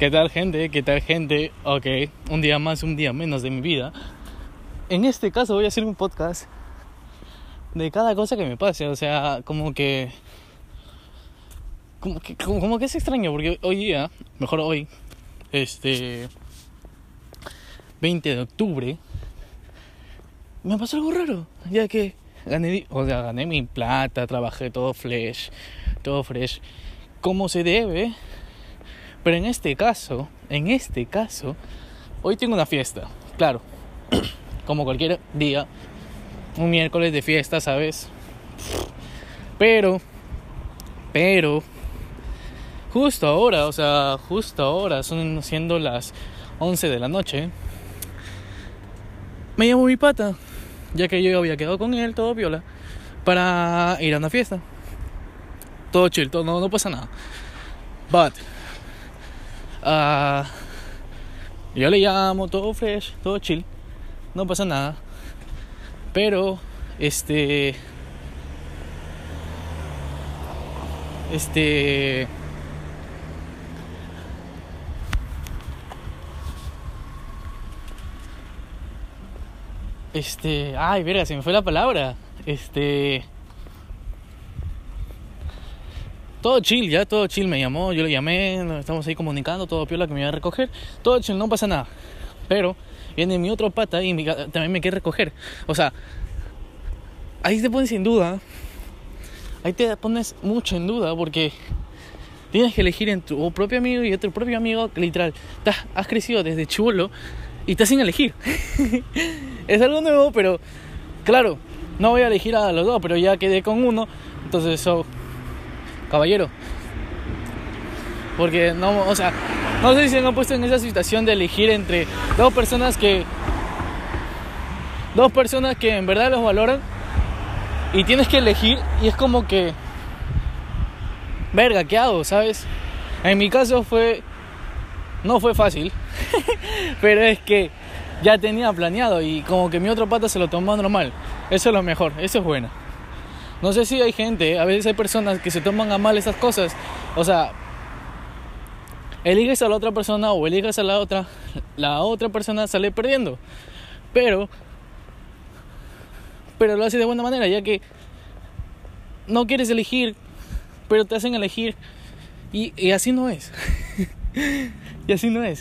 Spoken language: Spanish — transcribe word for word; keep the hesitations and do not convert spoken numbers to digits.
¿Qué tal, gente? ¿Qué tal, gente? Ok, un día más, un día menos de mi vida. En este caso voy a hacer un podcast de cada cosa que me pase. O sea, como que... Como que, como, como que es extraño, porque hoy día, mejor hoy, este... veinte de octubre, me pasó algo raro, ya que gané, o sea, gané mi plata, trabajé todo fresh, todo fresh, como se debe. Pero en este caso, en este caso, hoy tengo una fiesta, claro, como cualquier día, un miércoles de fiesta, ¿sabes? Pero, pero, justo ahora, o sea, justo ahora, son siendo las once de la noche, me llamó mi pata, ya que yo había quedado con él, todo viola, para ir a una fiesta. Todo chill, todo, no, no pasa nada. But, uh, yo le llamo, todo fresh, todo chill, no pasa nada. Pero, este... Este... Este... Ay, verga, se me fue la palabra. Este... Todo chill, ya, todo chill, me llamó, yo le llamé, nos estamos ahí comunicando, todo piola que me iba a recoger. Todo chill, no pasa nada. Pero viene mi otro pata y mi, también me quiere recoger. O sea, ahí te pones en duda. Ahí te pones mucho en duda porque tienes que elegir entre tu propio amigo y otro propio amigo que literal te has crecido desde chulo y estás sin elegir. Es algo nuevo, pero claro, no voy a elegir a los dos, pero ya quedé con uno. Entonces eso, caballero, porque no, o sea, no sé si se han puesto en esa situación de elegir entre dos personas que dos personas que en verdad los valoran y tienes que elegir y es como que verga, ¿qué hago? ¿Sabes? En mi caso fue no fue fácil, pero es que ya tenía planeado y como que mi otro pata se lo tomó normal. Eso es lo mejor, eso es bueno. No sé si hay gente, a veces hay personas que se toman a mal esas cosas. O sea, eliges a la otra persona o eliges a la otra, la otra persona sale perdiendo. Pero, pero lo hace de buena manera, ya que no quieres elegir, pero te hacen elegir. Y, y así no es. Y así no es.